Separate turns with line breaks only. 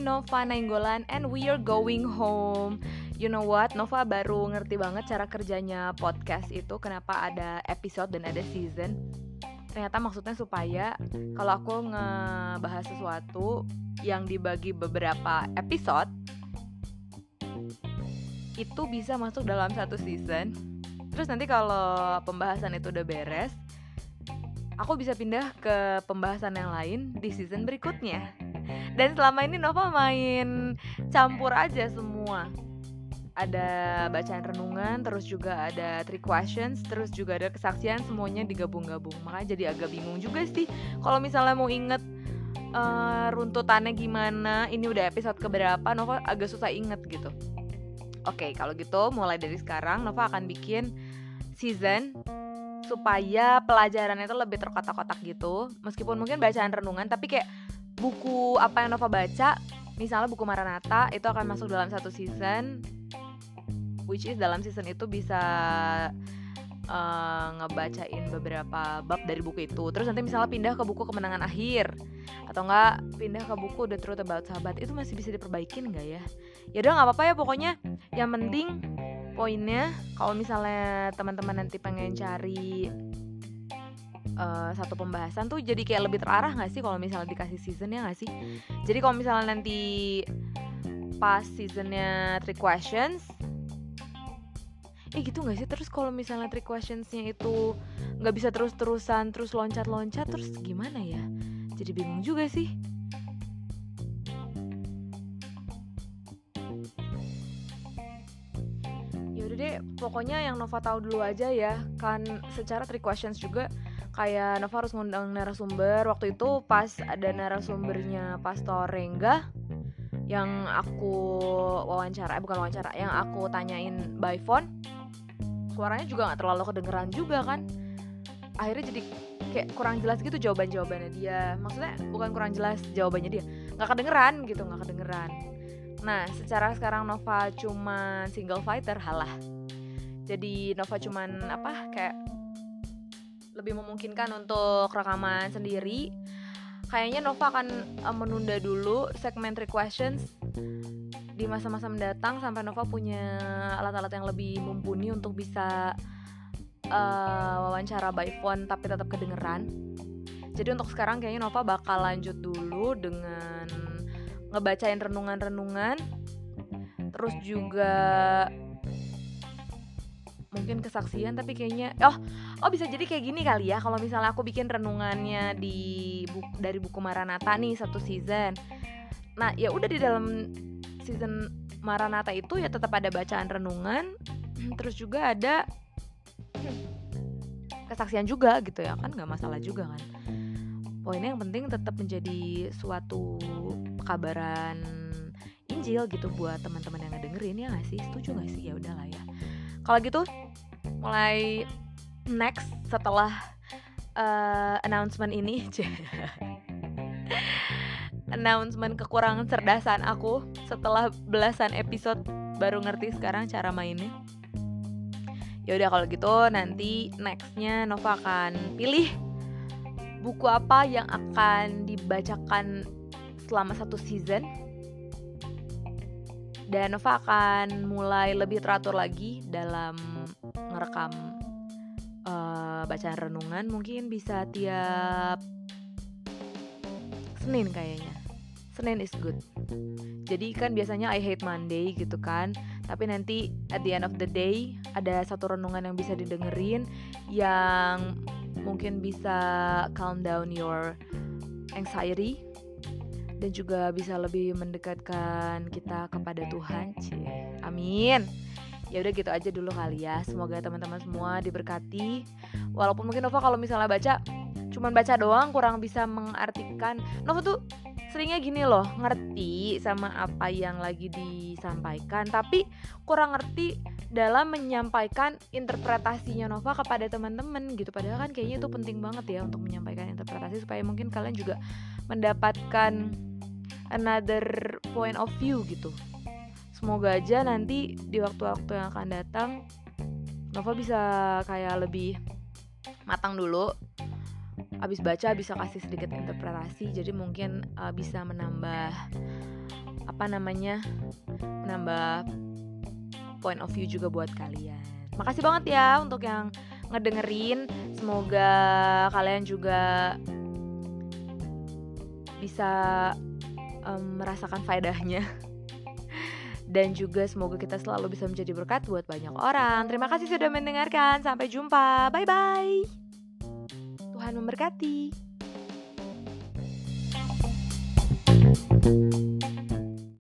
Nova Nainggolan and we are going home. You know what? Nova baru ngerti banget cara kerjanya podcast itu. Kenapa ada episode dan ada season. Ternyata maksudnya supaya kalau aku ngebahas sesuatu yang dibagi beberapa episode, itu bisa masuk dalam satu season. Terus nanti kalau pembahasan itu udah beres, aku bisa pindah ke pembahasan yang lain di season berikutnya. Dan selama ini Nova main campur aja semua. Ada bacaan renungan, terus juga ada 3 questions, terus juga ada kesaksian, semuanya digabung-gabung. Makanya jadi agak bingung juga sih kalau misalnya mau inget runtutannya gimana. Ini udah episode keberapa, Nova agak susah inget gitu. Oke, kalau gitu mulai dari sekarang Nova akan bikin season supaya pelajarannya itu lebih terkotak-kotak gitu. Meskipun mungkin bacaan renungan, tapi kayak buku apa yang Nova baca, misalnya buku Maranatha, itu akan masuk dalam satu season, which is dalam season itu bisa ngebacain beberapa bab dari buku itu. Terus nanti misalnya pindah ke buku Kemenangan Akhir, atau enggak pindah ke buku The Truth About Sahabat, itu masih bisa diperbaikin nggak ya? Ya udah nggak apa-apa ya, pokoknya yang penting poinnya, kalau misalnya teman-teman nanti pengen cari satu pembahasan tuh jadi kayak lebih terarah nggak sih kalau misalnya dikasih season, ya nggak sih? Jadi kalau misalnya nanti pas seasonnya 3 questions, gitu nggak sih? Terus kalau misalnya 3 questionsnya itu nggak bisa terus-terusan, terus loncat-loncat, terus gimana ya? Jadi bingung juga sih. Yaudah deh, pokoknya yang Nova tahu dulu aja ya. Kan secara 3 questions juga kayak Nova harus ngundang narasumber. Waktu itu pas ada narasumbernya Pastor Rengga yang aku yang aku tanyain by phone, suaranya juga gak terlalu kedengeran juga kan. Akhirnya jadi kayak kurang jelas gitu jawabannya dia. Maksudnya bukan kurang jelas jawabannya dia, gak kedengeran gitu, gak kedengeran. Nah, secara sekarang Nova cuman single fighter, halah. Jadi Nova cuman kayak lebih memungkinkan untuk rekaman sendiri. Kayaknya Nova akan menunda dulu segmen 3 questions di masa-masa mendatang sampai Nova punya alat-alat yang lebih mumpuni untuk bisa wawancara by phone tapi tetap kedengeran. Jadi untuk sekarang kayaknya Nova bakal lanjut dulu dengan ngebacain renungan-renungan, terus juga mungkin kesaksian, tapi kayaknya bisa jadi kayak gini kali ya. Kalau misalnya aku bikin renungannya dari buku Maranatha nih satu season, nah ya udah di dalam season Maranatha itu ya tetap ada bacaan renungan, terus juga ada kesaksian juga gitu ya kan, nggak masalah juga kan. Poinnya yang penting tetap menjadi suatu kabaran Injil gitu buat teman-teman yang ngedengerin, ya nggak sih? Setuju nggak sih? Ya udahlah ya. Kalau gitu mulai next setelah announcement ini announcement kekurangan cerdasan aku setelah belasan episode baru ngerti sekarang cara mainnya. Ya udah kalau gitu nanti nextnya Nova akan pilih buku apa yang akan dibacakan selama satu season, dan Nova akan mulai lebih teratur lagi dalam ngerekam bacaan renungan. Mungkin bisa tiap Senin kayaknya. Senin is good. Jadi kan biasanya I hate Monday gitu kan, tapi nanti at the end of the day ada satu renungan yang bisa didengerin yang mungkin bisa calm down your anxiety dan juga bisa lebih mendekatkan kita kepada Tuhan. Amin. Ya udah gitu aja dulu kali ya. Semoga teman-teman semua diberkati. Walaupun mungkin Nova kalau misalnya cuman baca doang, kurang bisa mengartikan. Nova tuh seringnya gini loh, ngerti sama apa yang lagi disampaikan, tapi kurang ngerti dalam menyampaikan interpretasinya Nova kepada teman-teman gitu. Padahal kan kayaknya itu penting banget ya untuk menyampaikan interpretasi supaya mungkin kalian juga mendapatkan another point of view gitu. Semoga aja nanti di waktu-waktu yang akan datang Nova bisa kayak lebih matang dulu. Abis baca bisa kasih sedikit interpretasi, jadi mungkin bisa menambah menambah point of view juga buat kalian. Makasih banget ya untuk yang ngedengerin. Semoga kalian juga bisa merasakan faedahnya. Dan juga semoga kita selalu bisa menjadi berkat buat banyak orang. Terima kasih sudah mendengarkan. Sampai jumpa. Bye-bye. Tuhan memberkati.